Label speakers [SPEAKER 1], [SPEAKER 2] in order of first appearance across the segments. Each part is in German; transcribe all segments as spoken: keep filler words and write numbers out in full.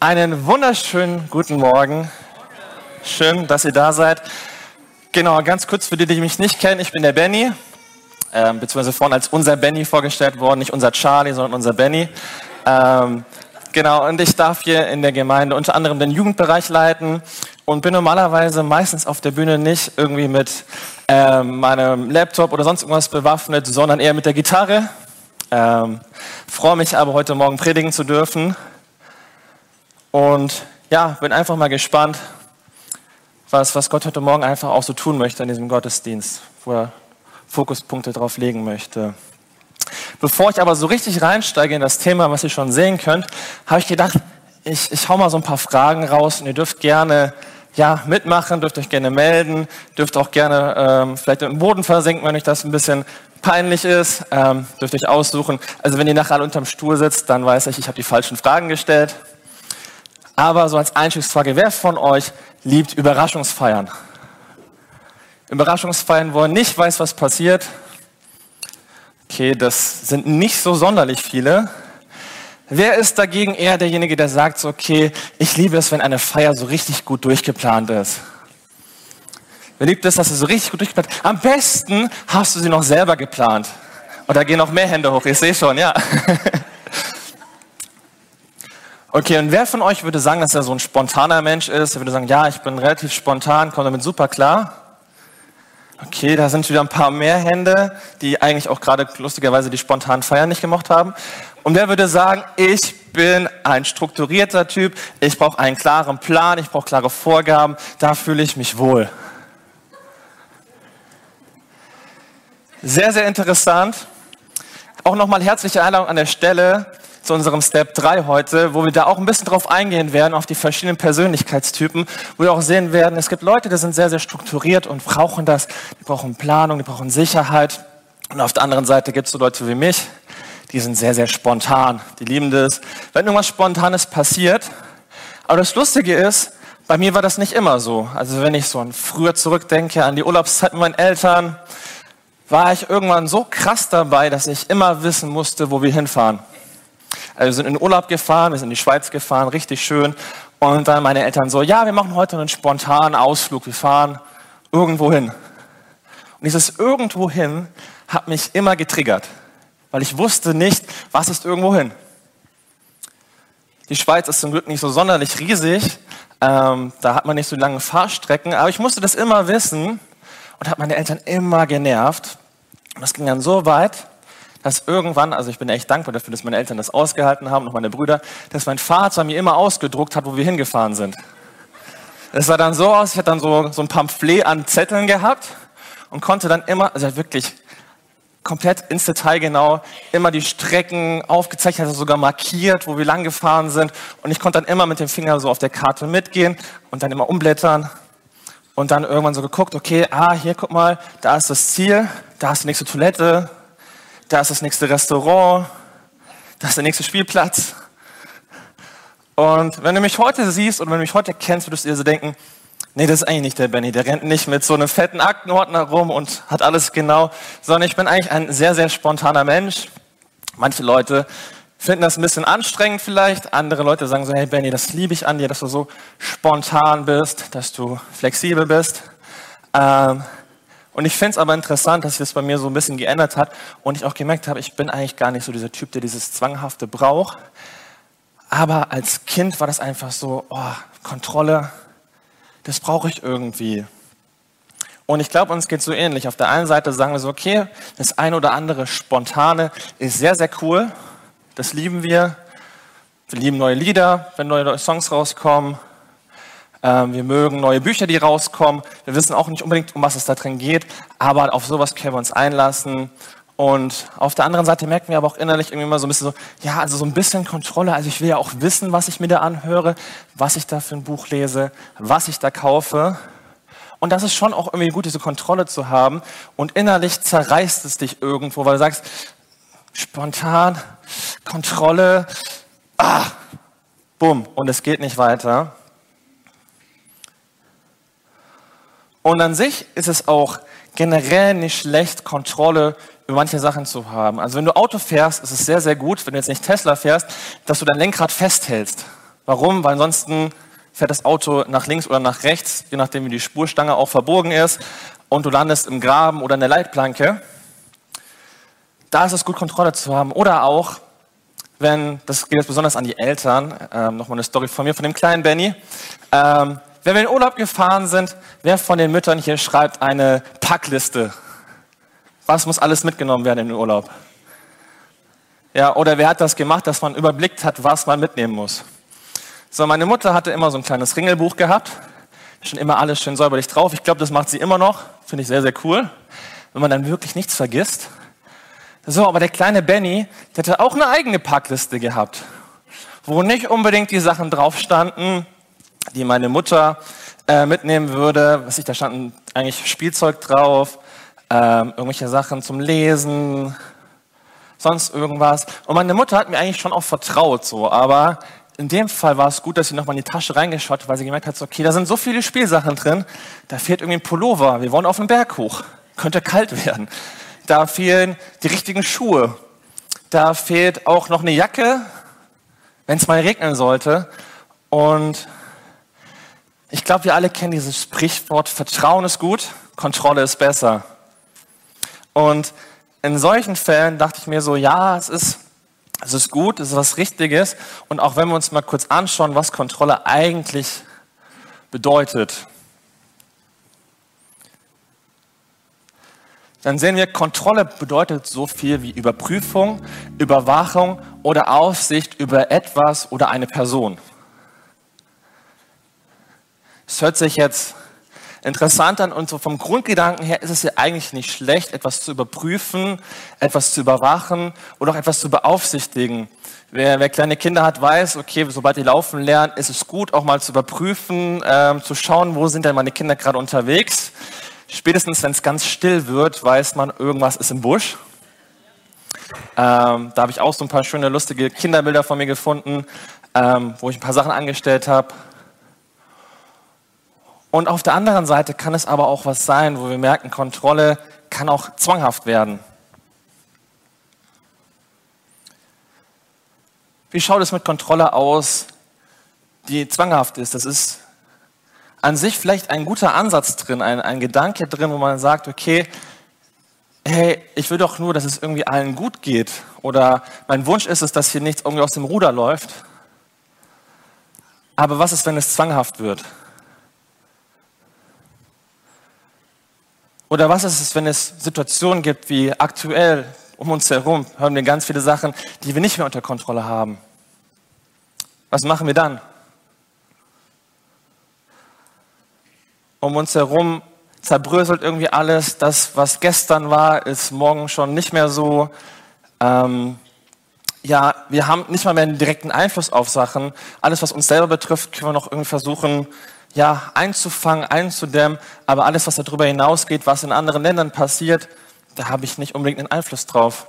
[SPEAKER 1] Einen wunderschönen guten Morgen. Schön, dass ihr da seid. Genau, ganz kurz für die, die mich nicht kennen. Ich bin der Benny, ähm, beziehungsweise vorhin als unser Benny vorgestellt worden. Nicht unser Charlie, sondern unser Benny. Ähm, genau, und ich darf hier in der Gemeinde unter anderem den Jugendbereich leiten und bin normalerweise meistens auf der Bühne nicht irgendwie mit ähm, meinem Laptop oder sonst irgendwas bewaffnet, sondern eher mit der Gitarre. Ähm, freue mich aber heute Morgen predigen zu dürfen. Und ja, bin einfach mal gespannt, was, was Gott heute Morgen einfach auch so tun möchte in diesem Gottesdienst, wo er Fokuspunkte drauf legen möchte. Bevor ich aber so richtig reinsteige in das Thema, was ihr schon sehen könnt, habe ich gedacht, ich, ich hau mal so ein paar Fragen raus und ihr dürft gerne ja, mitmachen, dürft euch gerne melden, dürft auch gerne ähm, vielleicht im Boden versinken, wenn euch das ein bisschen peinlich ist, ähm, dürft euch aussuchen. Also wenn ihr nachher alle unterm Stuhl sitzt, dann weiß ich, ich habe die falschen Fragen gestellt. Aber so als Einstiegsfrage, wer von euch liebt Überraschungsfeiern? Überraschungsfeiern, wo er nicht weiß, was passiert. Okay, das sind nicht so sonderlich viele. Wer ist dagegen eher derjenige, der sagt, so, okay, ich liebe es, wenn eine Feier so richtig gut durchgeplant ist? Wer liebt es, dass sie so richtig gut durchgeplant ist? Am besten hast du sie noch selber geplant. Und da gehen noch mehr Hände hoch, ich sehe schon, ja. Okay, und wer von euch würde sagen, dass er so ein spontaner Mensch ist? Er würde sagen, ja, ich bin relativ spontan, komme damit super klar. Okay, da sind wieder ein paar mehr Hände, die eigentlich auch gerade lustigerweise die spontanen Feiern nicht gemocht haben. Und wer würde sagen, ich bin ein strukturierter Typ, ich brauche einen klaren Plan, ich brauche klare Vorgaben, da fühle ich mich wohl. Sehr, sehr interessant. Auch nochmal herzliche Einladung an der Stelle zu unserem Step drei heute, wo wir da auch ein bisschen drauf eingehen werden, auf die verschiedenen Persönlichkeitstypen, wo wir auch sehen werden, es gibt Leute, die sind sehr, sehr strukturiert und brauchen das, die brauchen Planung, die brauchen Sicherheit. Und auf der anderen Seite gibt es so Leute wie mich, die sind sehr, sehr spontan, die lieben das, wenn irgendwas Spontanes passiert. Aber das Lustige ist, bei mir war das nicht immer so. Also wenn ich so an früher zurückdenke, an die Urlaubszeit mit meinen Eltern, war ich irgendwann so krass dabei, dass ich immer wissen musste, wo wir hinfahren. Also wir sind in den Urlaub gefahren, wir sind in die Schweiz gefahren, richtig schön. Und dann meine Eltern so, ja, wir machen heute einen spontanen Ausflug, wir fahren irgendwo hin. Und dieses irgendwo hin hat mich immer getriggert, weil ich wusste nicht, was ist irgendwo hin. Die Schweiz ist zum Glück nicht so sonderlich riesig, ähm, da hat man nicht so lange Fahrstrecken, aber ich musste das immer wissen und habe meine Eltern immer genervt. Und das ging dann so weit, dass irgendwann, also ich bin echt dankbar dafür, dass meine Eltern das ausgehalten haben, und meine Brüder, dass mein Vater mir immer ausgedruckt hat, wo wir hingefahren sind. Es sah dann so aus, ich hatte dann so, so ein Pamphlet an Zetteln gehabt und konnte dann immer, also wirklich komplett ins Detail genau, immer die Strecken aufgezeichnet, also sogar markiert, wo wir lang gefahren sind. Und ich konnte dann immer mit dem Finger so auf der Karte mitgehen und dann immer umblättern. Und dann irgendwann so geguckt, okay, ah, hier, guck mal, da ist das Ziel, da ist die nächste Toilette, da ist das nächste Restaurant, da ist der nächste Spielplatz. Und wenn du mich heute siehst und wenn du mich heute kennst, würdest du dir so denken, nee, das ist eigentlich nicht der Benny, der rennt nicht mit so einem fetten Aktenordner rum und hat alles genau, sondern ich bin eigentlich ein sehr, sehr spontaner Mensch. Manche Leute finden das ein bisschen anstrengend vielleicht, andere Leute sagen so, hey Benny, das liebe ich an dir, dass du so spontan bist, dass du flexibel bist. Ähm, Und ich finde es aber interessant, dass sich das bei mir so ein bisschen geändert hat und ich auch gemerkt habe, ich bin eigentlich gar nicht so dieser Typ, der dieses Zwanghafte braucht. Aber als Kind war das einfach so, oh, Kontrolle, das brauche ich irgendwie. Und ich glaube, uns geht es so ähnlich. Auf der einen Seite sagen wir so, okay, das eine oder andere Spontane ist sehr, sehr cool. Das lieben wir. Wir lieben neue Lieder, wenn neue Songs rauskommen. Wir mögen neue Bücher, die rauskommen. Wir wissen auch nicht unbedingt, um was es da drin geht, aber auf sowas können wir uns einlassen. Und auf der anderen Seite merken wir aber auch innerlich irgendwie immer so ein bisschen so, ja, also so ein bisschen Kontrolle. Also ich will ja auch wissen, was ich mir da anhöre, was ich da für ein Buch lese, was ich da kaufe. Und das ist schon auch irgendwie gut, diese Kontrolle zu haben. Und innerlich zerreißt es dich irgendwo, weil du sagst, spontan, Kontrolle, ah, bumm, und es geht nicht weiter. Und an sich ist es auch generell nicht schlecht, Kontrolle über manche Sachen zu haben. Also wenn du Auto fährst, ist es sehr, sehr gut, wenn du jetzt nicht Tesla fährst, dass du dein Lenkrad festhältst. Warum? Weil ansonsten fährt das Auto nach links oder nach rechts, je nachdem wie die Spurstange auch verbogen ist, und du landest im Graben oder in der Leitplanke. Da ist es gut, Kontrolle zu haben. Oder auch, wenn, das geht jetzt besonders an die Eltern, ähm, nochmal eine Story von mir, von dem kleinen Benny. Ähm, wenn wir in Urlaub gefahren sind, wer von den Müttern hier schreibt eine Packliste? Was muss alles mitgenommen werden in den Urlaub? Ja, oder wer hat das gemacht, dass man überblickt hat, was man mitnehmen muss? So, meine Mutter hatte immer so ein kleines Ringelbuch gehabt. Schon immer alles schön säuberlich drauf. Ich glaube, das macht sie immer noch. Finde ich sehr, sehr cool. Wenn man dann wirklich nichts vergisst. So, aber der kleine Benny, der hatte auch eine eigene Packliste gehabt, wo nicht unbedingt die Sachen drauf standen, die meine Mutter äh, mitnehmen würde. Was ich, da standen eigentlich Spielzeug drauf, ähm, irgendwelche Sachen zum Lesen, sonst irgendwas. Und meine Mutter hat mir eigentlich schon auch vertraut, so. Aber in dem Fall war es gut, dass sie nochmal in die Tasche reingeschaut hat, weil sie gemerkt hat, so, okay, da sind so viele Spielsachen drin, da fehlt irgendwie ein Pullover, wir wollen auf den Berg hoch, könnte kalt werden. Da fehlen die richtigen Schuhe. Da fehlt auch noch eine Jacke, wenn es mal regnen sollte. Und ich glaube, wir alle kennen dieses Sprichwort, Vertrauen ist gut, Kontrolle ist besser. Und in solchen Fällen dachte ich mir so, ja, es ist, es ist gut, es ist was Richtiges. Und auch wenn wir uns mal kurz anschauen, was Kontrolle eigentlich bedeutet, dann sehen wir, Kontrolle bedeutet so viel wie Überprüfung, Überwachung oder Aufsicht über etwas oder eine Person. Es hört sich jetzt interessant an und so vom Grundgedanken her ist es ja eigentlich nicht schlecht, etwas zu überprüfen, etwas zu überwachen oder auch etwas zu beaufsichtigen. Wer, wer kleine Kinder hat, weiß, okay, sobald die laufen lernen, ist es gut, auch mal zu überprüfen, ähm, zu schauen, wo sind denn meine Kinder gerade unterwegs. Spätestens, wenn es ganz still wird, weiß man, irgendwas ist im Busch. Ähm, da habe ich auch so ein paar schöne, lustige Kinderbilder von mir gefunden, ähm, wo ich ein paar Sachen angestellt habe. Und auf der anderen Seite kann es aber auch was sein, wo wir merken, Kontrolle kann auch zwanghaft werden. Wie schaut es mit Kontrolle aus, die zwanghaft ist? Das ist an sich vielleicht ein guter Ansatz drin, ein, ein Gedanke drin, wo man sagt, okay, hey, ich will doch nur, dass es irgendwie allen gut geht. Oder mein Wunsch ist es, dass hier nichts irgendwie aus dem Ruder läuft. Aber was ist, wenn es zwanghaft wird? Oder was ist es, wenn es Situationen gibt, wie aktuell um uns herum, hören wir ganz viele Sachen, die wir nicht mehr unter Kontrolle haben. Was machen wir dann? Um uns herum zerbröselt irgendwie alles. Das, was gestern war, ist morgen schon nicht mehr so. Ähm, ja, wir haben nicht mal mehr einen direkten Einfluss auf Sachen. Alles, was uns selber betrifft, können wir noch irgendwie versuchen, ja, einzufangen, einzudämmen. Aber alles, was darüber hinausgeht, was in anderen Ländern passiert, da habe ich nicht unbedingt einen Einfluss drauf.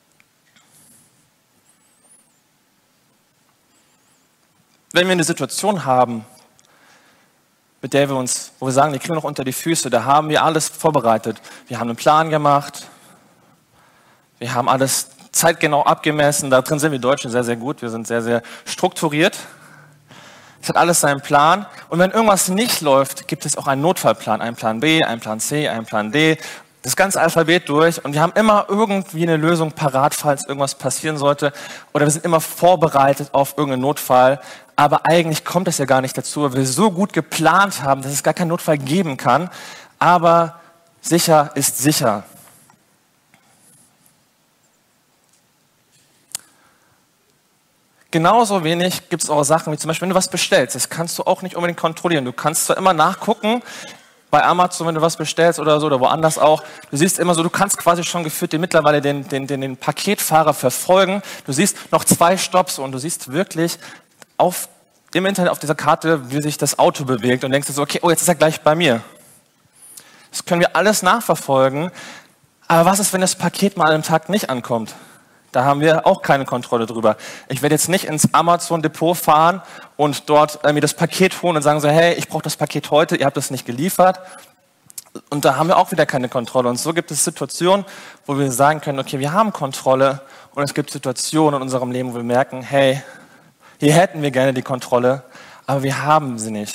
[SPEAKER 1] Wenn wir eine Situation haben, mit der wir uns, wo wir sagen, die kriegen wir noch unter die Füße, da haben wir alles vorbereitet. Wir haben einen Plan gemacht, wir haben alles zeitgenau abgemessen, da drin sind wir Deutschen sehr, sehr gut, wir sind sehr, sehr strukturiert. Es hat alles seinen Plan und wenn irgendwas nicht läuft, gibt es auch einen Notfallplan, einen Plan B, einen Plan C, einen Plan D, das ganze Alphabet durch und wir haben immer irgendwie eine Lösung parat, falls irgendwas passieren sollte oder wir sind immer vorbereitet auf irgendeinen Notfall, aber eigentlich kommt es ja gar nicht dazu, weil wir so gut geplant haben, dass es gar keinen Notfall geben kann, aber sicher ist sicher. Genauso wenig gibt es auch Sachen, wie zum Beispiel, wenn du was bestellst, das kannst du auch nicht unbedingt kontrollieren. Du kannst zwar immer nachgucken, bei Amazon, wenn du was bestellst oder so, oder woanders auch, du siehst immer so, du kannst quasi schon gefühlt den, mittlerweile den, den, den, den Paketfahrer verfolgen. Du siehst noch zwei Stopps und du siehst wirklich auf dem Internet, auf dieser Karte, wie sich das Auto bewegt und denkst du so, okay, oh, jetzt ist er gleich bei mir. Das können wir alles nachverfolgen, aber was ist, wenn das Paket mal an einem Tag nicht ankommt? Da haben wir auch keine Kontrolle drüber. Ich werde jetzt nicht ins Amazon-Depot fahren und dort äh, mir das Paket holen und sagen so, hey, ich brauche das Paket heute, ihr habt das nicht geliefert. Und da haben wir auch wieder keine Kontrolle. Und so gibt es Situationen, wo wir sagen können, okay, wir haben Kontrolle. Und es gibt Situationen in unserem Leben, wo wir merken, hey, Hier hätten wir gerne die Kontrolle, aber wir haben sie nicht.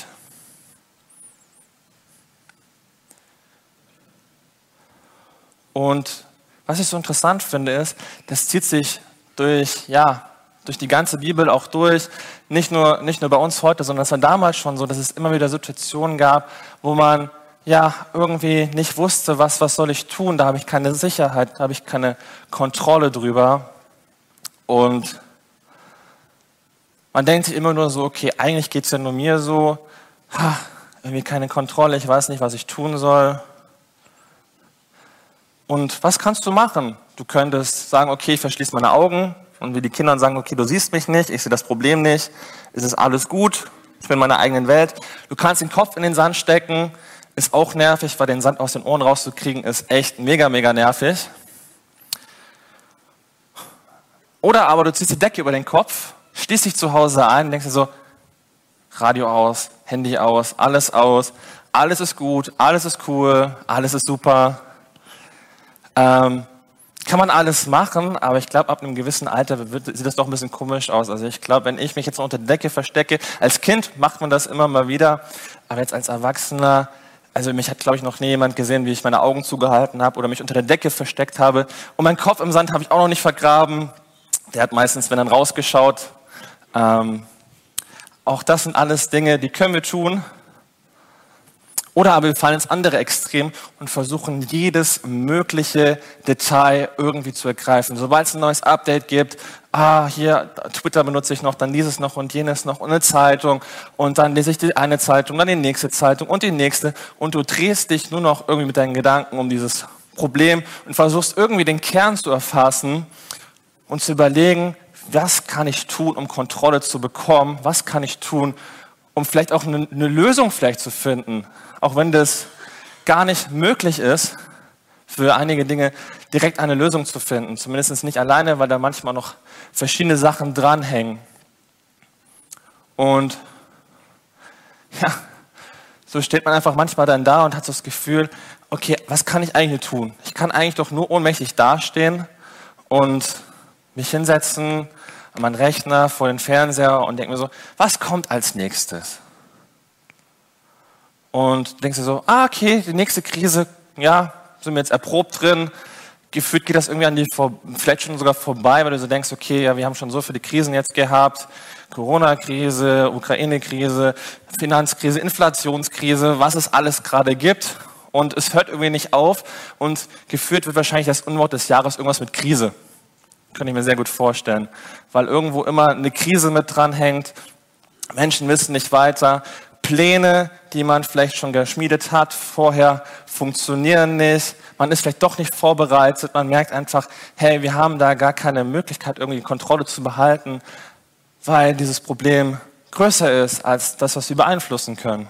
[SPEAKER 1] Und was ich so interessant finde, ist, das zieht sich durch, ja, durch die ganze Bibel auch durch, nicht nur, nicht nur bei uns heute, sondern es war damals schon so, dass es immer wieder Situationen gab, wo man ja irgendwie nicht wusste, was, was soll ich tun, da habe ich keine Sicherheit, da habe ich keine Kontrolle drüber. Und man denkt sich immer nur so, okay, eigentlich geht es ja nur mir so, ha, irgendwie keine Kontrolle, ich weiß nicht, was ich tun soll. Und was kannst du machen? Du könntest sagen, okay, ich verschließe meine Augen und wie die Kinder sagen, okay, du siehst mich nicht, ich sehe das Problem nicht, es ist alles gut, ich bin in meiner eigenen Welt. Du kannst den Kopf in den Sand stecken, ist auch nervig, weil den Sand aus den Ohren rauszukriegen, ist echt mega, mega nervig. Oder aber du ziehst die Decke über den Kopf, schließt dich zu Hause ein, denkst dir so, Radio aus, Handy aus, alles aus, alles ist gut, alles ist cool, alles ist super. Ähm, kann man alles machen, aber ich glaube, ab einem gewissen Alter wird, sieht das doch ein bisschen komisch aus. Also ich glaube, wenn ich mich jetzt unter der Decke verstecke, als Kind macht man das immer mal wieder, aber jetzt als Erwachsener, also mich hat, glaube ich, noch nie jemand gesehen, wie ich meine Augen zugehalten habe oder mich unter der Decke versteckt habe. Und meinen Kopf im Sand habe ich auch noch nicht vergraben. Der hat meistens, wenn dann rausgeschaut. Ähm, auch das sind alles Dinge, die können wir tun. Oder aber wir fallen ins andere Extrem und versuchen, jedes mögliche Detail irgendwie zu ergreifen. Sobald es ein neues Update gibt, ah, hier, Twitter benutze ich noch, dann dieses noch und jenes noch und eine Zeitung und dann lese ich die eine Zeitung, dann die nächste Zeitung und die nächste und du drehst dich nur noch irgendwie mit deinen Gedanken um dieses Problem und versuchst irgendwie den Kern zu erfassen und zu überlegen, was kann ich tun, um Kontrolle zu bekommen, was kann ich tun, um vielleicht auch eine, eine Lösung vielleicht zu finden. Auch wenn das gar nicht möglich ist, für einige Dinge direkt eine Lösung zu finden. Zumindest nicht alleine, weil da manchmal noch verschiedene Sachen dranhängen. Und ja, so steht man einfach manchmal dann da und hat so das Gefühl, okay, was kann ich eigentlich tun? Ich kann eigentlich doch nur ohnmächtig dastehen und mich hinsetzen an meinen Rechner, vor den Fernseher und denke mir so, was kommt als nächstes? Und denkst du so, ah, okay, die nächste Krise, ja, sind wir jetzt erprobt drin. Gefühlt geht das irgendwie an die, vor, vielleicht schon sogar vorbei, weil du so denkst, okay, ja, wir haben schon so viele Krisen jetzt gehabt. Corona-Krise, Ukraine-Krise, Finanzkrise, Inflationskrise, was es alles gerade gibt. Und es hört irgendwie nicht auf. Und gefühlt wird wahrscheinlich das Unwort des Jahres irgendwas mit Krise. Kann ich mir sehr gut vorstellen. Weil irgendwo immer eine Krise mit dran hängt. Menschen wissen nicht weiter. Pläne, die man vielleicht schon geschmiedet hat, vorher funktionieren nicht. Man ist vielleicht doch nicht vorbereitet. Man merkt einfach, hey, wir haben da gar keine Möglichkeit, irgendwie Kontrolle zu behalten, weil dieses Problem größer ist als das, was wir beeinflussen können.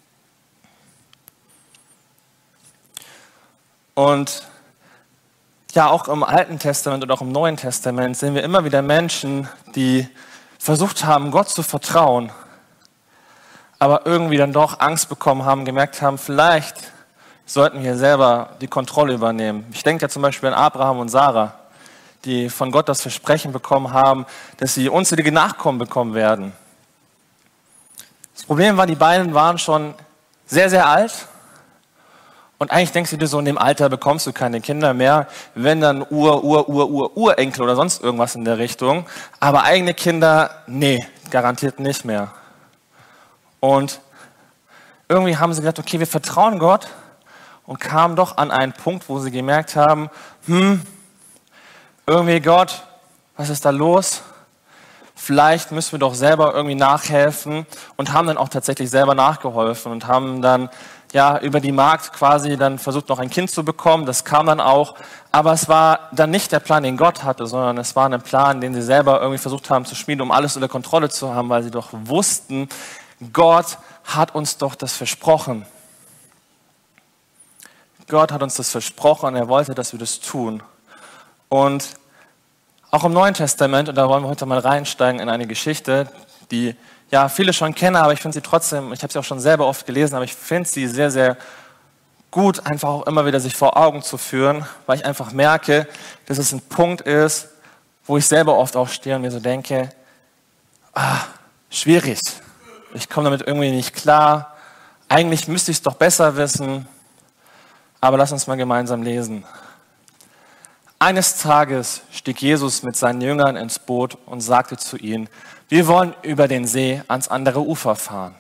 [SPEAKER 1] Und ja, auch im Alten Testament und auch im Neuen Testament sehen wir immer wieder Menschen, die versucht haben, Gott zu vertrauen, aber irgendwie dann doch Angst bekommen haben, gemerkt haben, vielleicht sollten wir selber die Kontrolle übernehmen. Ich denke ja zum Beispiel an Abraham und Sarah, die von Gott das Versprechen bekommen haben, dass sie unzählige Nachkommen bekommen werden. Das Problem war, die beiden waren schon sehr, sehr alt. Und eigentlich denkst du dir so, in dem Alter bekommst du keine Kinder mehr, wenn dann Ur, Ur, Ur, Ur, Urenkel oder sonst irgendwas in der Richtung. Aber eigene Kinder, nee, garantiert nicht mehr. Und irgendwie haben sie gesagt, okay, wir vertrauen Gott und kamen doch an einen Punkt, wo sie gemerkt haben, hm, irgendwie Gott, was ist da los? Vielleicht müssen wir doch selber irgendwie nachhelfen und haben dann auch tatsächlich selber nachgeholfen und haben dann ja über die Magd quasi dann versucht, noch ein Kind zu bekommen. Das kam dann auch, aber es war dann nicht der Plan, den Gott hatte, sondern es war ein Plan, den sie selber irgendwie versucht haben zu schmieden, um alles unter Kontrolle zu haben, weil sie doch wussten, Gott hat uns doch das versprochen. Gott hat uns das versprochen und er wollte, dass wir das tun. Und auch im Neuen Testament, und da wollen wir heute mal reinsteigen in eine Geschichte, die ja viele schon kennen, aber ich finde sie trotzdem, ich habe sie auch schon selber oft gelesen, aber ich finde sie sehr, sehr gut, einfach auch immer wieder sich vor Augen zu führen, weil ich einfach merke, dass es ein Punkt ist, wo ich selber oft auch stehe und mir so denke, ah, schwierig. Ich komme damit irgendwie nicht klar. Eigentlich müsste ich es doch besser wissen. Aber lass uns mal gemeinsam lesen. Eines Tages stieg Jesus mit seinen Jüngern ins Boot und sagte zu ihnen, wir wollen über den See ans andere Ufer fahren.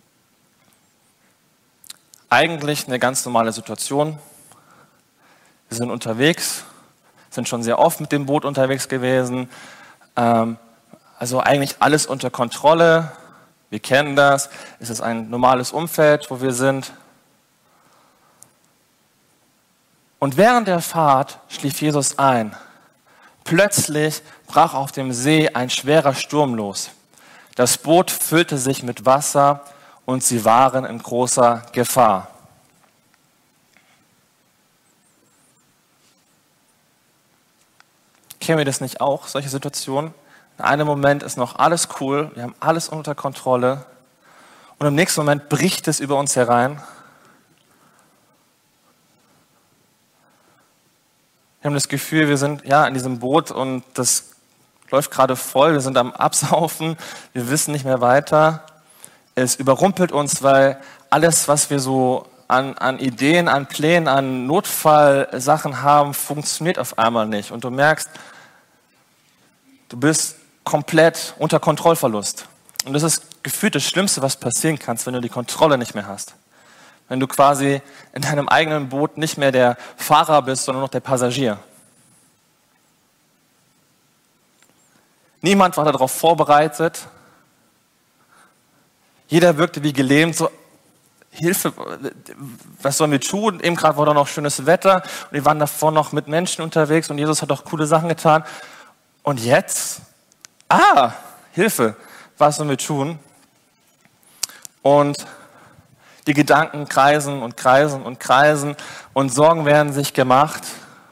[SPEAKER 1] Eigentlich eine ganz normale Situation. Wir sind unterwegs, sind schon sehr oft mit dem Boot unterwegs gewesen. Ähm, also eigentlich alles unter Kontrolle. Wir kennen das. Es ist ein normales Umfeld, wo wir sind. Und während der Fahrt schlief Jesus ein. Plötzlich brach auf dem See ein schwerer Sturm los. Das Boot füllte sich mit Wasser und sie waren in großer Gefahr. Kennen wir das nicht auch, solche Situationen? In einem Moment ist noch alles cool, wir haben alles unter Kontrolle und im nächsten Moment bricht es über uns herein. Wir haben das Gefühl, wir sind ja in diesem Boot und das läuft gerade voll, wir sind am Absaufen, wir wissen nicht mehr weiter. Es überrumpelt uns, weil alles, was wir so an, an Ideen, an Plänen, an Notfallsachen haben, funktioniert auf einmal nicht. Und du merkst, du bist komplett unter Kontrollverlust. Und das ist gefühlt das Schlimmste, was passieren kann, wenn du die Kontrolle nicht mehr hast. Wenn du quasi in deinem eigenen Boot nicht mehr der Fahrer bist, sondern noch der Passagier. Niemand war darauf vorbereitet. Jeder wirkte wie gelähmt, so, Hilfe, was sollen wir tun? Eben gerade war doch noch schönes Wetter und die waren davor noch mit Menschen unterwegs und Jesus hat auch coole Sachen getan. Und jetzt, ah, Hilfe, was sollen wir tun? Und die Gedanken kreisen und kreisen und kreisen und Sorgen werden sich gemacht.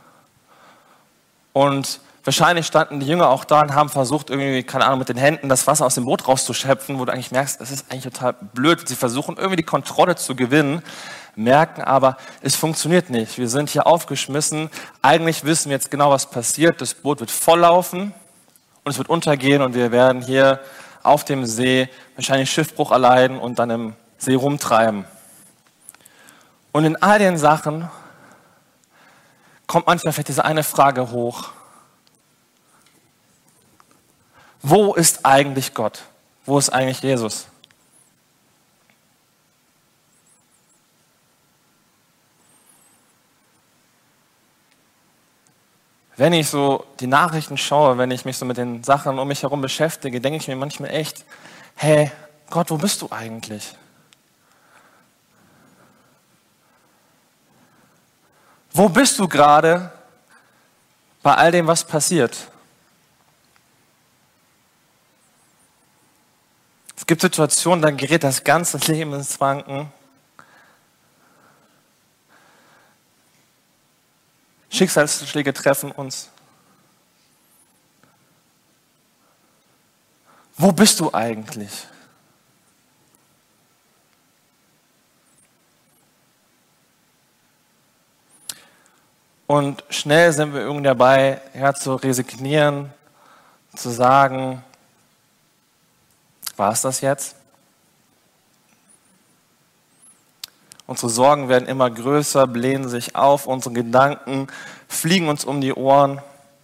[SPEAKER 1] Und wahrscheinlich standen die Jünger auch da und haben versucht, irgendwie, keine Ahnung, mit den Händen das Wasser aus dem Boot rauszuschöpfen, wo du eigentlich merkst, das ist eigentlich total blöd. Sie versuchen irgendwie die Kontrolle zu gewinnen, merken aber, es funktioniert nicht. Wir sind hier aufgeschmissen. Eigentlich wissen wir jetzt genau, was passiert. Das Boot wird volllaufen und es wird untergehen und wir werden hier auf dem See wahrscheinlich Schiffbruch erleiden und dann im See rumtreiben. Und in all den Sachen kommt manchmal vielleicht diese eine Frage hoch. Wo ist eigentlich Gott? Wo ist eigentlich Jesus? Wenn ich so die Nachrichten schaue, wenn ich mich so mit den Sachen um mich herum beschäftige, denke ich mir manchmal echt, hey, Gott, wo bist du eigentlich? Wo bist du gerade bei all dem, was passiert? Es gibt Situationen, da gerät das ganze Leben ins Wanken. Schicksalsschläge treffen uns. Wo bist du eigentlich? Und schnell sind wir irgendwie dabei, ja, zu resignieren, zu sagen, war es das jetzt? Unsere Sorgen werden immer größer, blähen sich auf, unsere Gedanken fliegen uns um die Ohren.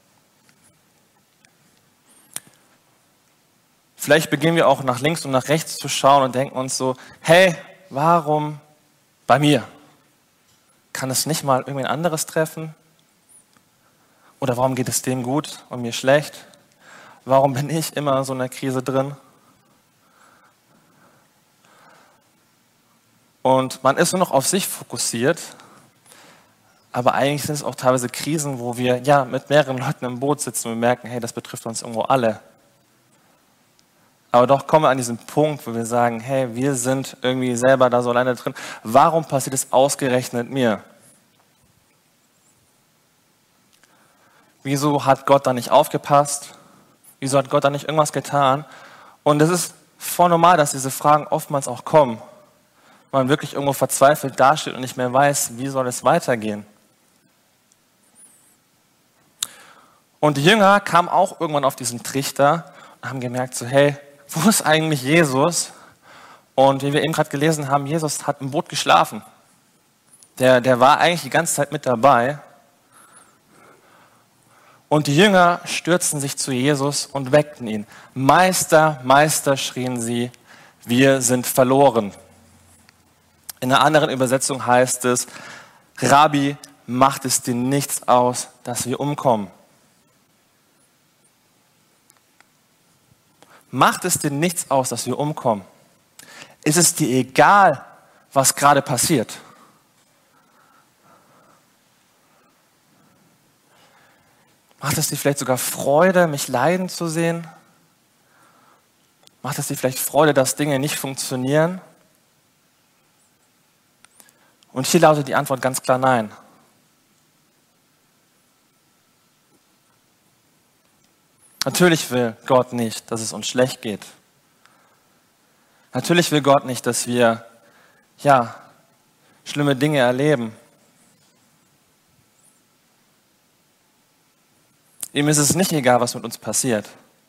[SPEAKER 1] Vielleicht beginnen wir auch nach links und nach rechts zu schauen und denken uns so, hey, warum bei mir? Kann es nicht mal irgendwen anderes treffen? Oder warum geht es dem gut und mir schlecht? Warum bin ich immer in so einer Krise drin? Und man ist nur noch auf sich fokussiert, aber eigentlich sind es auch teilweise Krisen, wo wir ja mit mehreren Leuten im Boot sitzen und wir merken, hey, das betrifft uns irgendwo alle. Aber doch kommen wir an diesen Punkt, wo wir sagen, hey, wir sind irgendwie selber da so alleine drin. Warum passiert es ausgerechnet mir? Wieso hat Gott da nicht aufgepasst? Wieso hat Gott da nicht irgendwas getan? Und es ist voll normal, dass diese Fragen oftmals auch kommen. Weil man wirklich irgendwo verzweifelt dasteht und nicht mehr weiß, wie soll es weitergehen. Und die Jünger kamen auch irgendwann auf diesen Trichter und haben gemerkt, so, hey, wo ist eigentlich Jesus? Und wie wir eben gerade gelesen haben, Jesus hat im Boot geschlafen. Der, der war eigentlich die ganze Zeit mit dabei. Und die Jünger stürzten sich zu Jesus und weckten ihn. Meister, Meister, schrien sie, wir sind verloren. In einer anderen Übersetzung heißt es, Rabbi, macht es dir nichts aus, dass wir umkommen. Macht es dir nichts aus, dass wir umkommen? Ist es dir egal, was gerade passiert? Macht es dir vielleicht sogar Freude, mich leiden zu sehen? Macht es dir vielleicht Freude, dass Dinge nicht funktionieren? Und hier lautet die Antwort ganz klar nein. Natürlich will Gott nicht, dass es uns schlecht geht. Natürlich will Gott nicht, dass wir, ja, schlimme Dinge erleben. Ihm ist es nicht egal, was mit uns passiert.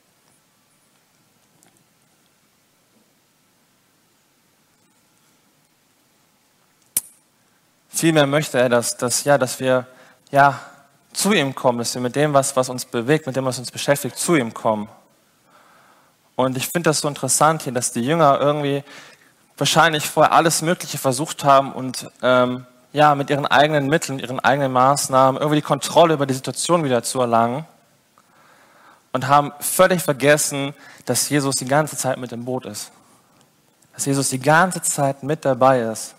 [SPEAKER 1] Vielmehr möchte er, dass, dass, ja, dass wir ja, zu ihm kommen, dass wir mit dem, was, was uns bewegt, mit dem, was uns beschäftigt, zu ihm kommen. Und ich finde das so interessant hier, dass die Jünger irgendwie wahrscheinlich vorher alles Mögliche versucht haben und ähm, ja, mit ihren eigenen Mitteln, ihren eigenen Maßnahmen irgendwie die Kontrolle über die Situation wieder zu erlangen. Und haben völlig vergessen, dass Jesus die ganze Zeit mit im Boot ist. Dass Jesus die ganze Zeit mit dabei ist.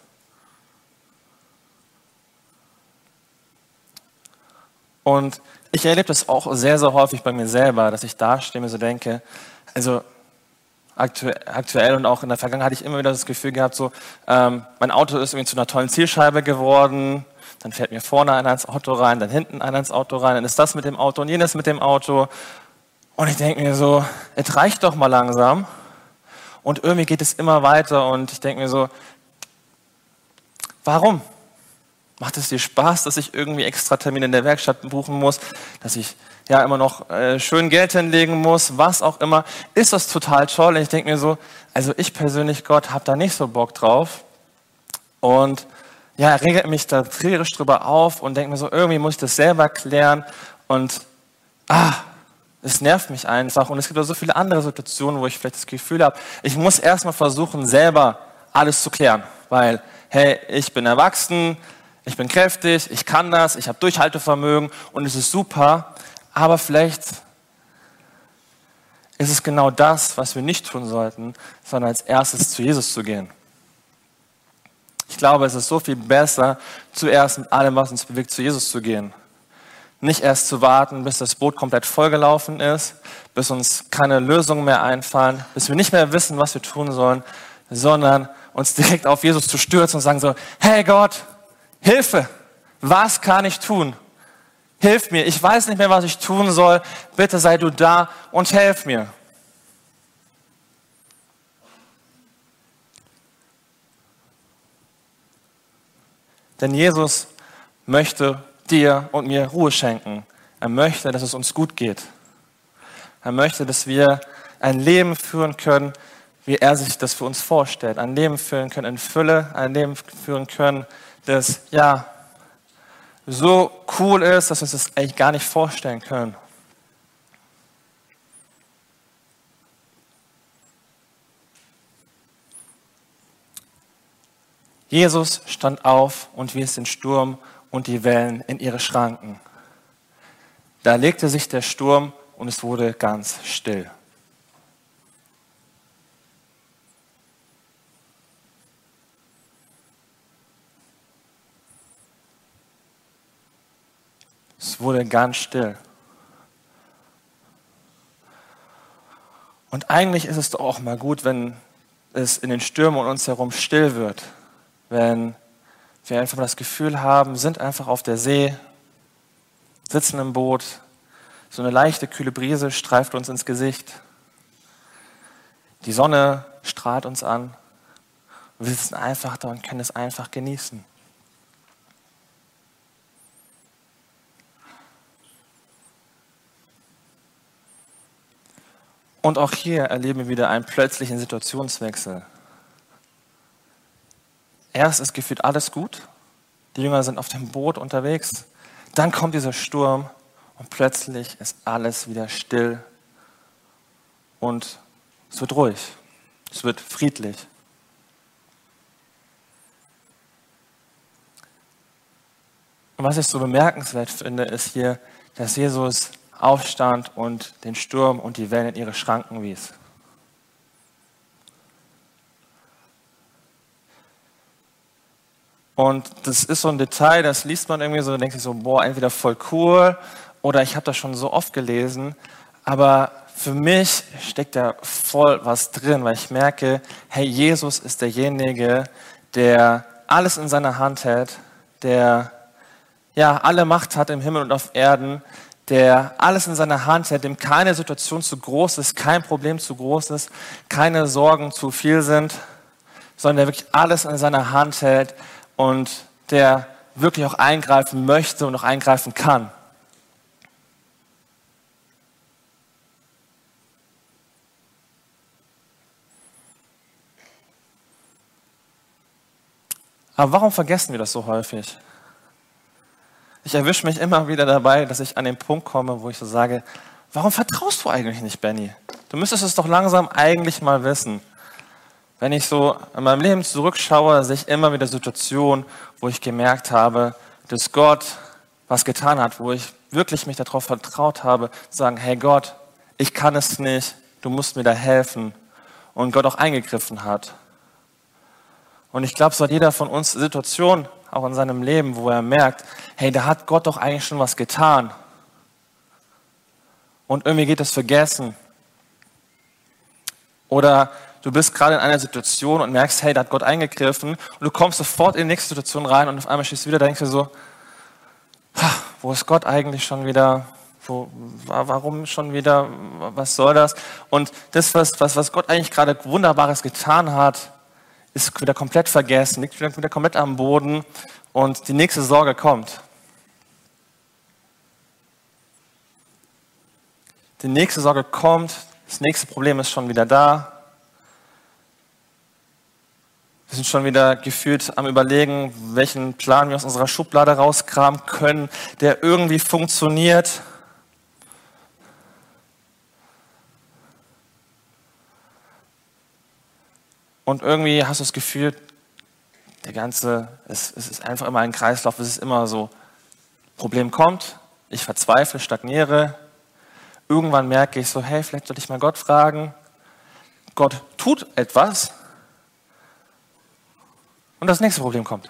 [SPEAKER 1] Und ich erlebe das auch sehr, sehr häufig bei mir selber, dass ich da stehe und mir so denke, also aktuell und auch in der Vergangenheit hatte ich immer wieder das Gefühl gehabt, so ähm, mein Auto ist irgendwie zu einer tollen Zielscheibe geworden, dann fährt mir vorne einer ins Auto rein, dann hinten einer ins Auto rein, dann ist das mit dem Auto und jenes mit dem Auto. Und ich denke mir so, es reicht doch mal langsam. Und irgendwie geht es immer weiter und ich denke mir so, warum? Macht es dir Spaß, dass ich irgendwie extra Termine in der Werkstatt buchen muss, dass ich ja immer noch äh, schön Geld hinlegen muss, was auch immer? Ist das total toll? Und ich denke mir so, also ich persönlich, Gott, habe da nicht so Bock drauf. Und ja, regelt mich da tierisch drüber auf und denke mir so, irgendwie muss ich das selber klären und ah, es nervt mich einfach und es gibt auch so viele andere Situationen, wo ich vielleicht das Gefühl habe, ich muss erstmal versuchen, selber alles zu klären, weil, hey, ich bin erwachsen, ich bin kräftig, ich kann das, ich habe Durchhaltevermögen und es ist super, aber vielleicht ist es genau das, was wir nicht tun sollten, sondern als erstes zu Jesus zu gehen. Ich glaube, es ist so viel besser, zuerst mit allem, was uns bewegt, zu Jesus zu gehen. Nicht erst zu warten, bis das Boot komplett vollgelaufen ist, bis uns keine Lösungen mehr einfallen, bis wir nicht mehr wissen, was wir tun sollen, sondern uns direkt auf Jesus zu stürzen und sagen so, hey Gott, Hilfe, was kann ich tun? Hilf mir, ich weiß nicht mehr, was ich tun soll, bitte sei du da und helf mir. Denn Jesus möchte dir und mir Ruhe schenken. Er möchte, dass es uns gut geht. Er möchte, dass wir ein Leben führen können, wie er sich das für uns vorstellt. Ein Leben führen können in Fülle, ein Leben führen können, das ja so cool ist, dass wir uns das eigentlich gar nicht vorstellen können. Jesus stand auf und wies den Sturm und die Wellen in ihre Schranken. Da legte sich der Sturm und es wurde ganz still. Es wurde ganz still. Und eigentlich ist es doch auch mal gut, wenn es in den Stürmen um uns herum still wird. Wenn wir einfach das Gefühl haben, sind einfach auf der See, sitzen im Boot, so eine leichte, kühle Brise streift uns ins Gesicht. Die Sonne strahlt uns an. Wir sitzen einfach da und können es einfach genießen. Und auch hier erleben wir wieder einen plötzlichen Situationswechsel. Erst ist gefühlt alles gut, die Jünger sind auf dem Boot unterwegs, dann kommt dieser Sturm und plötzlich ist alles wieder still und es wird ruhig, es wird friedlich. Und was ich so bemerkenswert finde, ist hier, dass Jesus aufstand und den Sturm und die Wellen in ihre Schranken wies. Und das ist so ein Detail, das liest man irgendwie so, da denkt sich so, boah, entweder voll cool oder ich habe das schon so oft gelesen, aber für mich steckt da voll was drin, weil ich merke, hey, Jesus ist derjenige, der alles in seiner Hand hält, der ja alle Macht hat im Himmel und auf Erden, der alles in seiner Hand hält, dem keine Situation zu groß ist, kein Problem zu groß ist, keine Sorgen zu viel sind, sondern der wirklich alles in seiner Hand hält und der wirklich auch eingreifen möchte und auch eingreifen kann. Aber warum vergessen wir das so häufig? Ich erwische mich immer wieder dabei, dass ich an den Punkt komme, wo ich so sage, warum vertraust du eigentlich nicht, Benny? Du müsstest es doch langsam eigentlich mal wissen. Wenn ich so in meinem Leben zurückschaue, sehe ich immer wieder Situationen, wo ich gemerkt habe, dass Gott was getan hat, wo ich wirklich mich darauf vertraut habe, zu sagen, hey Gott, ich kann es nicht, du musst mir da helfen. Und Gott auch eingegriffen hat. Und ich glaube, so hat jeder von uns Situationen, auch in seinem Leben, wo er merkt, hey, da hat Gott doch eigentlich schon was getan. Und irgendwie geht es vergessen. Oder du bist gerade in einer Situation und merkst, hey, da hat Gott eingegriffen und du kommst sofort in die nächste Situation rein und auf einmal stehst du wieder, da denkst du so, wo ist Gott eigentlich schon wieder? Wo, warum schon wieder? Was soll das? Und das, was, was, was Gott eigentlich gerade Wunderbares getan hat, ist wieder komplett vergessen, liegt wieder komplett am Boden und die nächste Sorge kommt. Die nächste Sorge kommt, das nächste Problem ist schon wieder da. Wir sind schon wieder gefühlt am Überlegen, welchen Plan wir aus unserer Schublade rauskramen können, der irgendwie funktioniert. Und irgendwie hast du das Gefühl, der ganze, es, es ist einfach immer ein Kreislauf, es ist immer so, Problem kommt, ich verzweifle, stagniere, irgendwann merke ich so, hey, vielleicht sollte ich mal Gott fragen, Gott tut etwas und das nächste Problem kommt.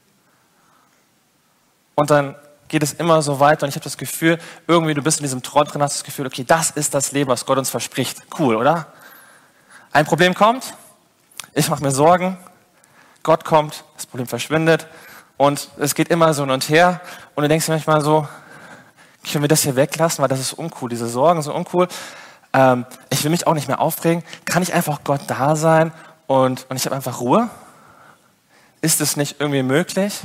[SPEAKER 1] Und dann geht es immer so weiter und ich habe das Gefühl, irgendwie du bist in diesem Trott drin, hast das Gefühl, okay, das ist das Leben, was Gott uns verspricht. Cool, oder? Ein Problem kommt, ich mache mir Sorgen, Gott kommt, das Problem verschwindet und es geht immer so hin und her und du denkst dir manchmal so, können wir das hier weglassen, weil das ist uncool, diese Sorgen sind uncool. Ähm, ich will mich auch nicht mehr aufregen, kann ich einfach Gott da sein und, und ich habe einfach Ruhe? Ist es nicht irgendwie möglich?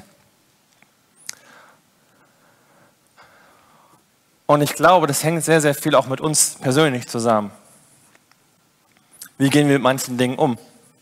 [SPEAKER 1] Und ich glaube, das hängt sehr, sehr viel auch mit uns persönlich zusammen. Wie gehen wir mit manchen Dingen um?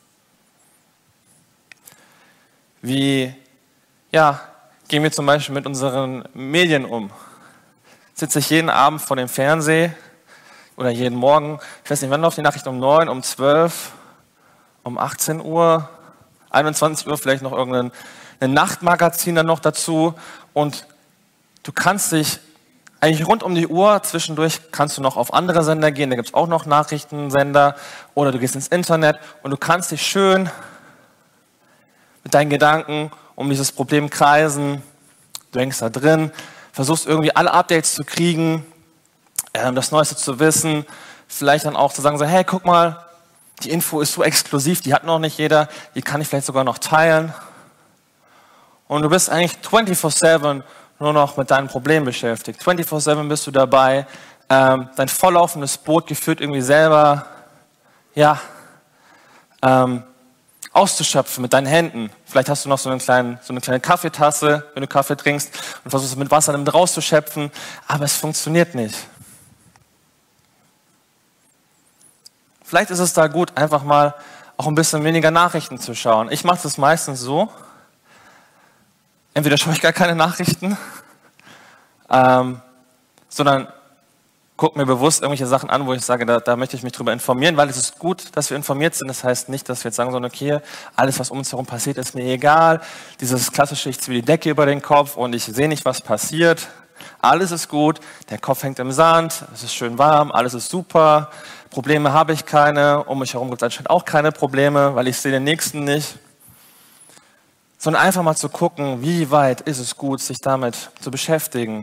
[SPEAKER 1] Wie ja, gehen wir zum Beispiel mit unseren Medien um? Sitze ich jeden Abend vor dem Fernseher oder jeden Morgen, ich weiß nicht, wann läuft die Nachricht, um neun, um zwölf, um achtzehn Uhr, einundzwanzig Uhr, vielleicht noch irgendein ein Nachtmagazin dann noch dazu und du kannst dich eigentlich rund um die Uhr, zwischendurch kannst du noch auf andere Sender gehen, da gibt es auch noch Nachrichtensender oder du gehst ins Internet und du kannst dich schön mit deinen Gedanken um dieses Problem kreisen, du hängst da drin, versuchst irgendwie alle Updates zu kriegen, ähm, das Neueste zu wissen, vielleicht dann auch zu sagen, so, hey, guck mal, die Info ist so exklusiv, die hat noch nicht jeder, die kann ich vielleicht sogar noch teilen. Und du bist eigentlich vierundzwanzig sieben nur noch mit deinem Problem beschäftigt. vierundzwanzig sieben bist du dabei, ähm, dein volllaufendes Boot geführt irgendwie selber, ja, ähm, auszuschöpfen mit deinen Händen. Vielleicht hast du noch so eine kleine, so eine kleine Kaffeetasse, wenn du Kaffee trinkst und versuchst mit Wasser damit rauszuschöpfen, aber es funktioniert nicht. Vielleicht ist es da gut, einfach mal auch ein bisschen weniger Nachrichten zu schauen. Ich mache das meistens so, entweder schaue ich gar keine Nachrichten, ähm, sondern gucke mir bewusst irgendwelche Sachen an, wo ich sage, da, da möchte ich mich drüber informieren, weil es ist gut, dass wir informiert sind. Das heißt nicht, dass wir jetzt sagen sollen, okay, alles, was um uns herum passiert, ist mir egal. Dieses klassische, ich ziehe die Decke über den Kopf und ich sehe nicht, was passiert. Alles ist gut, der Kopf hängt im Sand, es ist schön warm, alles ist super, Probleme habe ich keine, um mich herum gibt es anscheinend auch keine Probleme, weil ich sehe den Nächsten nicht. Sondern einfach mal zu gucken, wie weit ist es gut, sich damit zu beschäftigen.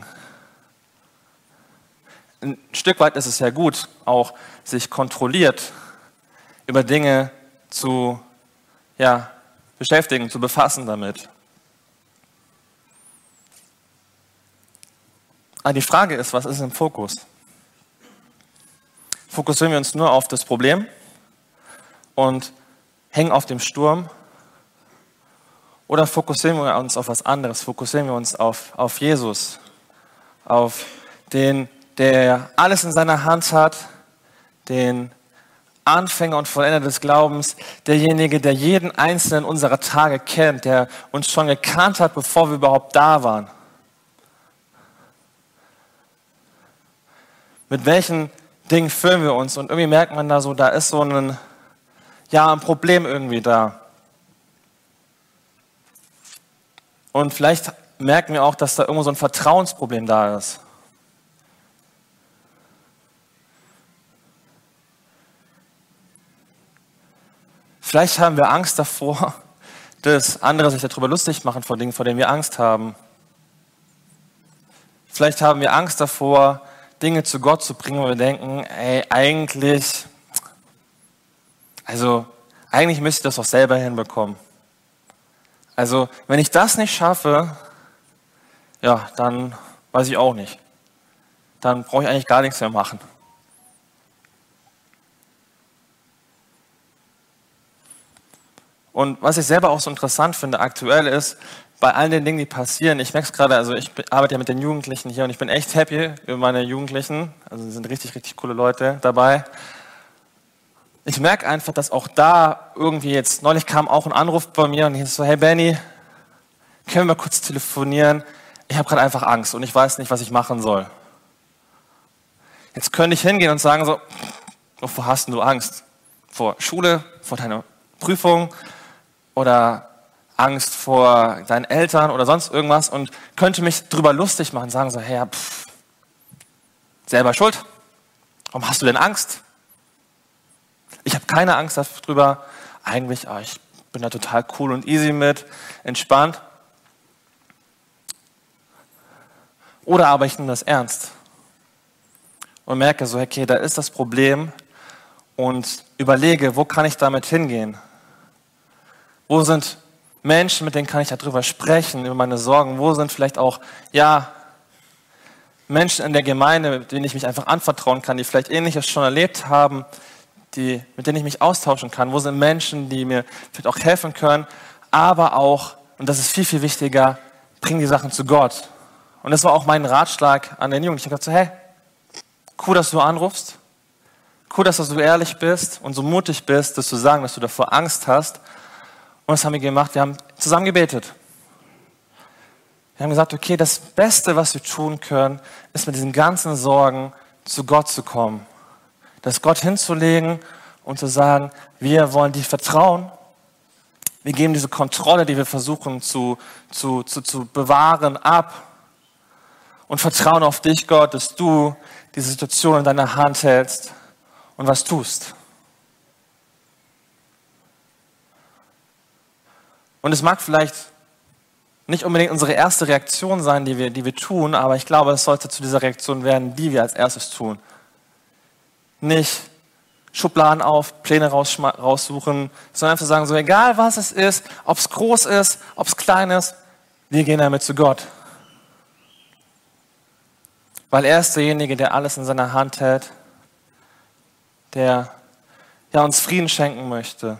[SPEAKER 1] Ein Stück weit ist es ja gut, auch sich kontrolliert über Dinge zu ja, beschäftigen, zu befassen damit. Aber die Frage ist, was ist im Fokus? Fokussieren wir uns nur auf das Problem und hängen auf dem Sturm? Oder fokussieren wir uns auf was anderes? Fokussieren wir uns auf, auf Jesus, auf den, der alles in seiner Hand hat, den Anfänger und Vollender des Glaubens, derjenige, der jeden einzelnen unserer Tage kennt, der uns schon gekannt hat, bevor wir überhaupt da waren. Mit welchen Dingen füllen wir uns? Und irgendwie merkt man da so, da ist so ein, ja, ein Problem irgendwie da. Und vielleicht merken wir auch, dass da irgendwo so ein Vertrauensproblem da ist. Vielleicht haben wir Angst davor, dass andere sich darüber lustig machen, vor Dingen, vor denen wir Angst haben. Vielleicht haben wir Angst davor, Dinge zu Gott zu bringen, wo wir denken, ey, eigentlich, also eigentlich müsste ich das doch selber hinbekommen. Also wenn ich das nicht schaffe, ja, dann weiß ich auch nicht. Dann brauche ich eigentlich gar nichts mehr machen. Und was ich selber auch so interessant finde aktuell ist, bei all den Dingen, die passieren, ich merke es gerade, also ich arbeite ja mit den Jugendlichen hier und ich bin echt happy über meine Jugendlichen, also es sind richtig, richtig coole Leute dabei. Ich merke einfach, dass auch da irgendwie jetzt, neulich kam auch ein Anruf bei mir und ich so, hey Benny, können wir mal kurz telefonieren? Ich habe gerade einfach Angst und ich weiß nicht, was ich machen soll. Jetzt könnte ich hingehen und sagen so, wovor hast du Angst? Vor Schule, vor deiner Prüfung oder Angst vor deinen Eltern oder sonst irgendwas und könnte mich drüber lustig machen, sagen so, hey, pff, selber schuld. Warum hast du denn Angst? Ich habe keine Angst darüber. Eigentlich, oh, ich bin da total cool und easy mit, entspannt. Oder aber ich nehme das ernst und merke so, okay, da ist das Problem und überlege, wo kann ich damit hingehen? Wo sind Menschen, mit denen kann ich darüber sprechen, über meine Sorgen? Wo sind vielleicht auch, ja, Menschen in der Gemeinde, mit denen ich mich einfach anvertrauen kann, die vielleicht Ähnliches schon erlebt haben, die, mit denen ich mich austauschen kann? Wo sind Menschen, die mir vielleicht auch helfen können? Aber auch, und das ist viel, viel wichtiger, bring die Sachen zu Gott. Und das war auch mein Ratschlag an den Jungen. Ich habe gesagt so, hey, cool, dass du anrufst. Cool, dass du so ehrlich bist und so mutig bist, das zu sagen, dass du davor Angst hast. Und was haben wir gemacht? Wir haben zusammen gebetet. Wir haben gesagt, okay, das Beste, was wir tun können, ist mit diesen ganzen Sorgen zu Gott zu kommen. Das Gott hinzulegen und zu sagen, wir wollen dir vertrauen. Wir geben diese Kontrolle, die wir versuchen zu, zu, zu, zu bewahren, ab. Und vertrauen auf dich, Gott, dass du diese Situation in deiner Hand hältst und was tust. Und es mag vielleicht nicht unbedingt unsere erste Reaktion sein, die wir, die wir tun, aber ich glaube, es sollte zu dieser Reaktion werden, die wir als erstes tun. Nicht Schubladen auf, Pläne raussuchen, sondern einfach sagen, so egal was es ist, ob es groß ist, ob es klein ist, wir gehen damit zu Gott. Weil er ist derjenige, der alles in seiner Hand hält, der ja, uns Frieden schenken möchte.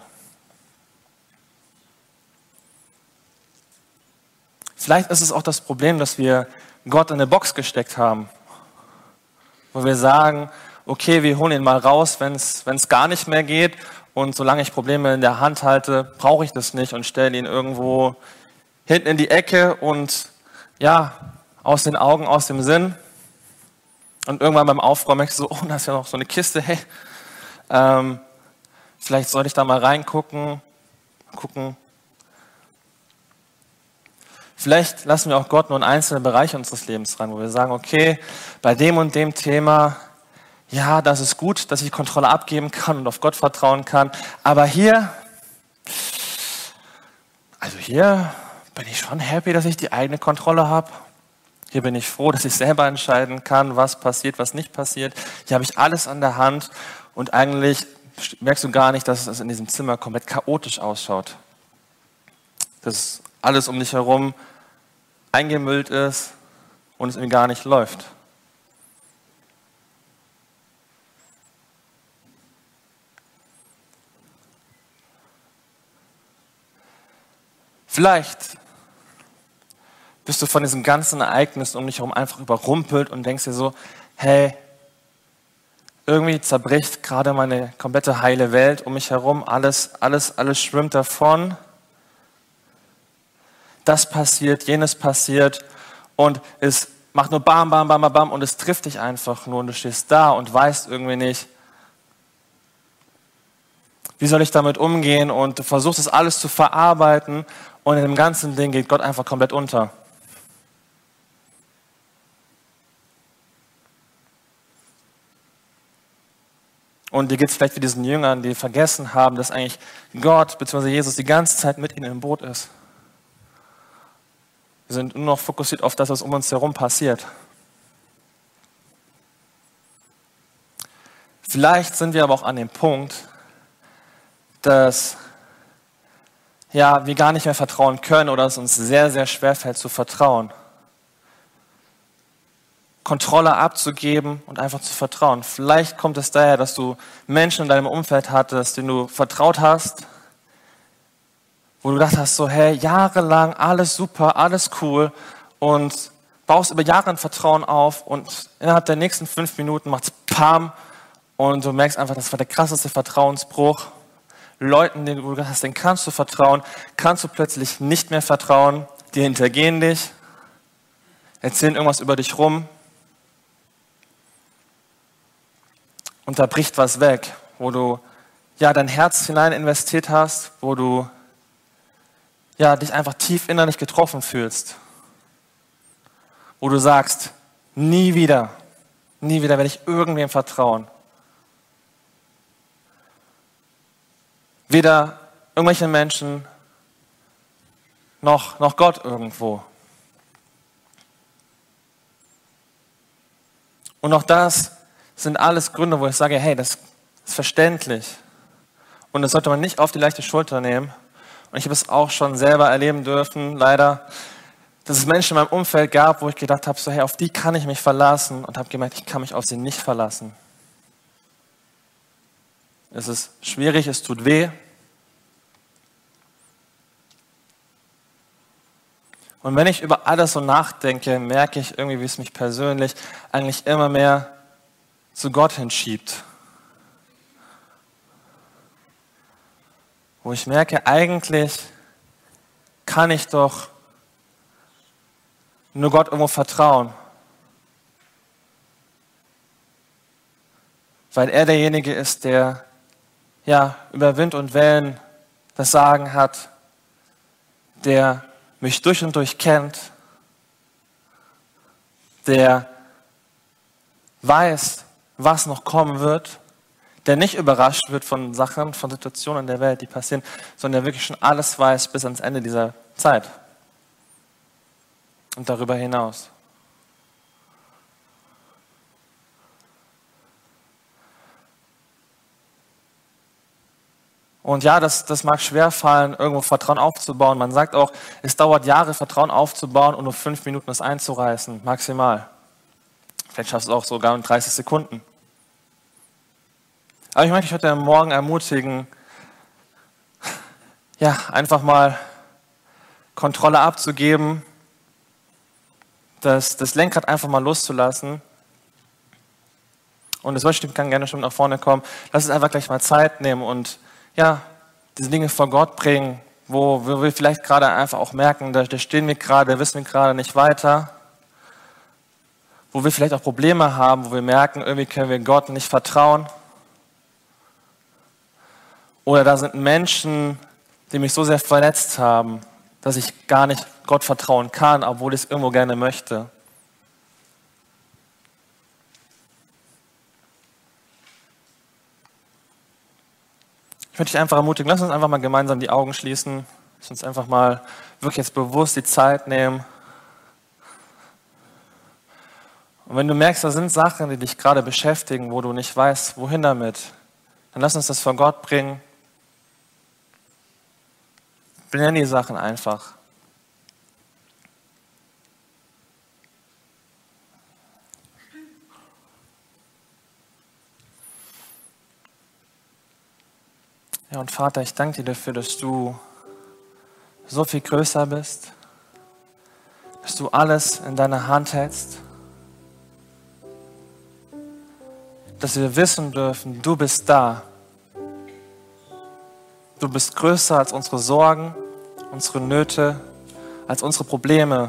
[SPEAKER 1] Vielleicht ist es auch das Problem, dass wir Gott in eine Box gesteckt haben, wo wir sagen, okay, wir holen ihn mal raus, wenn es gar nicht mehr geht. Und solange ich Probleme in der Hand halte, brauche ich das nicht und stelle ihn irgendwo hinten in die Ecke und ja, aus den Augen, aus dem Sinn. Und irgendwann beim Aufräumen merke ich so, oh, da ist ja noch so eine Kiste, hey, ähm, vielleicht sollte ich da mal reingucken, gucken. Vielleicht lassen wir auch Gott nur in einzelne Bereiche unseres Lebens ran, wo wir sagen, okay, bei dem und dem Thema, ja, das ist gut, dass ich Kontrolle abgeben kann und auf Gott vertrauen kann, aber hier, also hier bin ich schon happy, dass ich die eigene Kontrolle habe. Hier bin ich froh, dass ich selber entscheiden kann, was passiert, was nicht passiert. Hier habe ich alles an der Hand und eigentlich merkst du gar nicht, dass es in diesem Zimmer komplett chaotisch ausschaut. Dass alles um dich herum eingemüllt ist und es irgendwie gar nicht läuft. Vielleicht bist du von diesem ganzen Ereignis um dich herum einfach überrumpelt und denkst dir so, hey, irgendwie zerbricht gerade meine komplette heile Welt um mich herum, alles, alles, alles schwimmt davon. Das passiert, jenes passiert und es macht nur bam, bam, bam, bam, bam und es trifft dich einfach nur und du stehst da und weißt irgendwie nicht, wie soll ich damit umgehen und du versuchst es alles zu verarbeiten und in dem ganzen Ding geht Gott einfach komplett unter. Und dir geht es vielleicht wie diesen Jüngern, die vergessen haben, dass eigentlich Gott bzw. Jesus die ganze Zeit mit ihnen im Boot ist. Wir sind nur noch fokussiert auf das, was um uns herum passiert. Vielleicht sind wir aber auch an dem Punkt, dass ja, wir gar nicht mehr vertrauen können oder es uns sehr, sehr schwer fällt zu vertrauen. Kontrolle abzugeben und einfach zu vertrauen. Vielleicht kommt es daher, dass du Menschen in deinem Umfeld hattest, denen du vertraut hast, wo du gedacht hast, so, hey, jahrelang alles super, alles cool und baust über Jahre ein Vertrauen auf und innerhalb der nächsten fünf Minuten macht es Pam und du merkst einfach, das war der krasseste Vertrauensbruch. Leuten, denen du gedacht hast, denen kannst du vertrauen, kannst du plötzlich nicht mehr vertrauen, die hintergehen dich, erzählen irgendwas über dich rum. Und da bricht was weg, wo du ja dein Herz hinein investiert hast, wo du ja dich einfach tief innerlich getroffen fühlst, wo du sagst, nie wieder, nie wieder werde ich irgendwem vertrauen. Weder irgendwelchen Menschen noch, noch Gott irgendwo. Und auch das sind alles Gründe, wo ich sage, hey, das ist verständlich. Und das sollte man nicht auf die leichte Schulter nehmen. Und ich habe es auch schon selber erleben dürfen, leider, dass es Menschen in meinem Umfeld gab, wo ich gedacht habe, so, hey, auf die kann ich mich verlassen und habe gemerkt, ich kann mich auf sie nicht verlassen. Es ist schwierig, es tut weh. Und wenn ich über alles so nachdenke, merke ich irgendwie, wie es mich persönlich eigentlich immer mehr zu Gott hinschiebt. Wo ich merke, eigentlich kann ich doch nur Gott irgendwo vertrauen. Weil er derjenige ist, der ja über Wind und Wellen das Sagen hat, der mich durch und durch kennt, der weiß, was noch kommen wird, der nicht überrascht wird von Sachen, von Situationen in der Welt, die passieren, sondern der wirklich schon alles weiß bis ans Ende dieser Zeit und darüber hinaus. Und ja, das, das mag schwerfallen, irgendwo Vertrauen aufzubauen. Man sagt auch, es dauert Jahre, Vertrauen aufzubauen und nur fünf Minuten es einzureißen, maximal. Vielleicht schaffst du es auch sogar in dreißig Sekunden. Aber ich möchte dich heute Morgen ermutigen, ja, einfach mal Kontrolle abzugeben, das, das Lenkrad einfach mal loszulassen Und das Worship kann gerne schon nach vorne kommen. Lass uns einfach gleich mal Zeit nehmen und ja, diese Dinge vor Gott bringen, wo, wo wir vielleicht gerade einfach auch merken, da, da stehen wir gerade, da wissen wir gerade nicht weiter. Wo wir vielleicht auch Probleme haben, wo wir merken, irgendwie können wir Gott nicht vertrauen. Oder da sind Menschen, die mich so sehr verletzt haben, dass ich gar nicht Gott vertrauen kann, obwohl ich es irgendwo gerne möchte. Ich möchte dich einfach ermutigen, lass uns einfach mal gemeinsam die Augen schließen. Lass uns einfach mal wirklich jetzt bewusst die Zeit nehmen. Und wenn du merkst, da sind Sachen, die dich gerade beschäftigen, wo du nicht weißt, wohin damit, dann lass uns das vor Gott bringen. Benenn die Sachen einfach. Ja, und Vater, ich danke dir dafür, dass du so viel größer bist, dass du alles in deiner Hand hältst, dass wir wissen dürfen, du bist da. Du bist größer als unsere Sorgen, unsere Nöte, als unsere Probleme.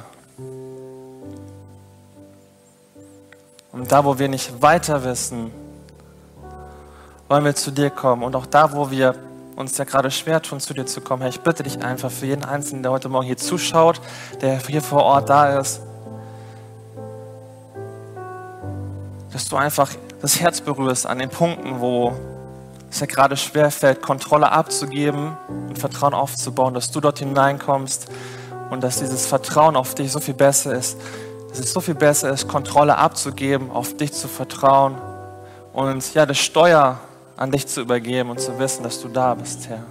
[SPEAKER 1] Und da, wo wir nicht weiter wissen, wollen wir zu dir kommen. Und auch da, wo wir uns ja gerade schwer tun, zu dir zu kommen, Herr, ich bitte dich einfach für jeden Einzelnen, der heute Morgen hier zuschaut, der hier vor Ort da ist, dass du einfach das Herz berührst an den Punkten, wo es ja gerade schwerfällt, Kontrolle abzugeben und Vertrauen aufzubauen, dass du dort hineinkommst und dass dieses Vertrauen auf dich so viel besser ist, dass es so viel besser ist, Kontrolle abzugeben, auf dich zu vertrauen und ja, das Steuer an dich zu übergeben und zu wissen, dass du da bist, Herr.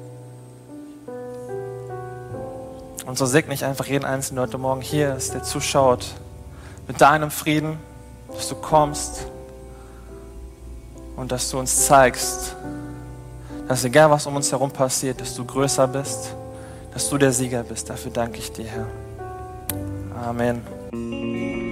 [SPEAKER 1] Und so segne ich einfach jeden Einzelnen, der heute Morgen hier ist, der zuschaut, mit deinem Frieden, dass du kommst und dass du uns zeigst, dass egal was um uns herum passiert, dass du größer bist, dass du der Sieger bist. Dafür danke ich dir, Herr. Amen.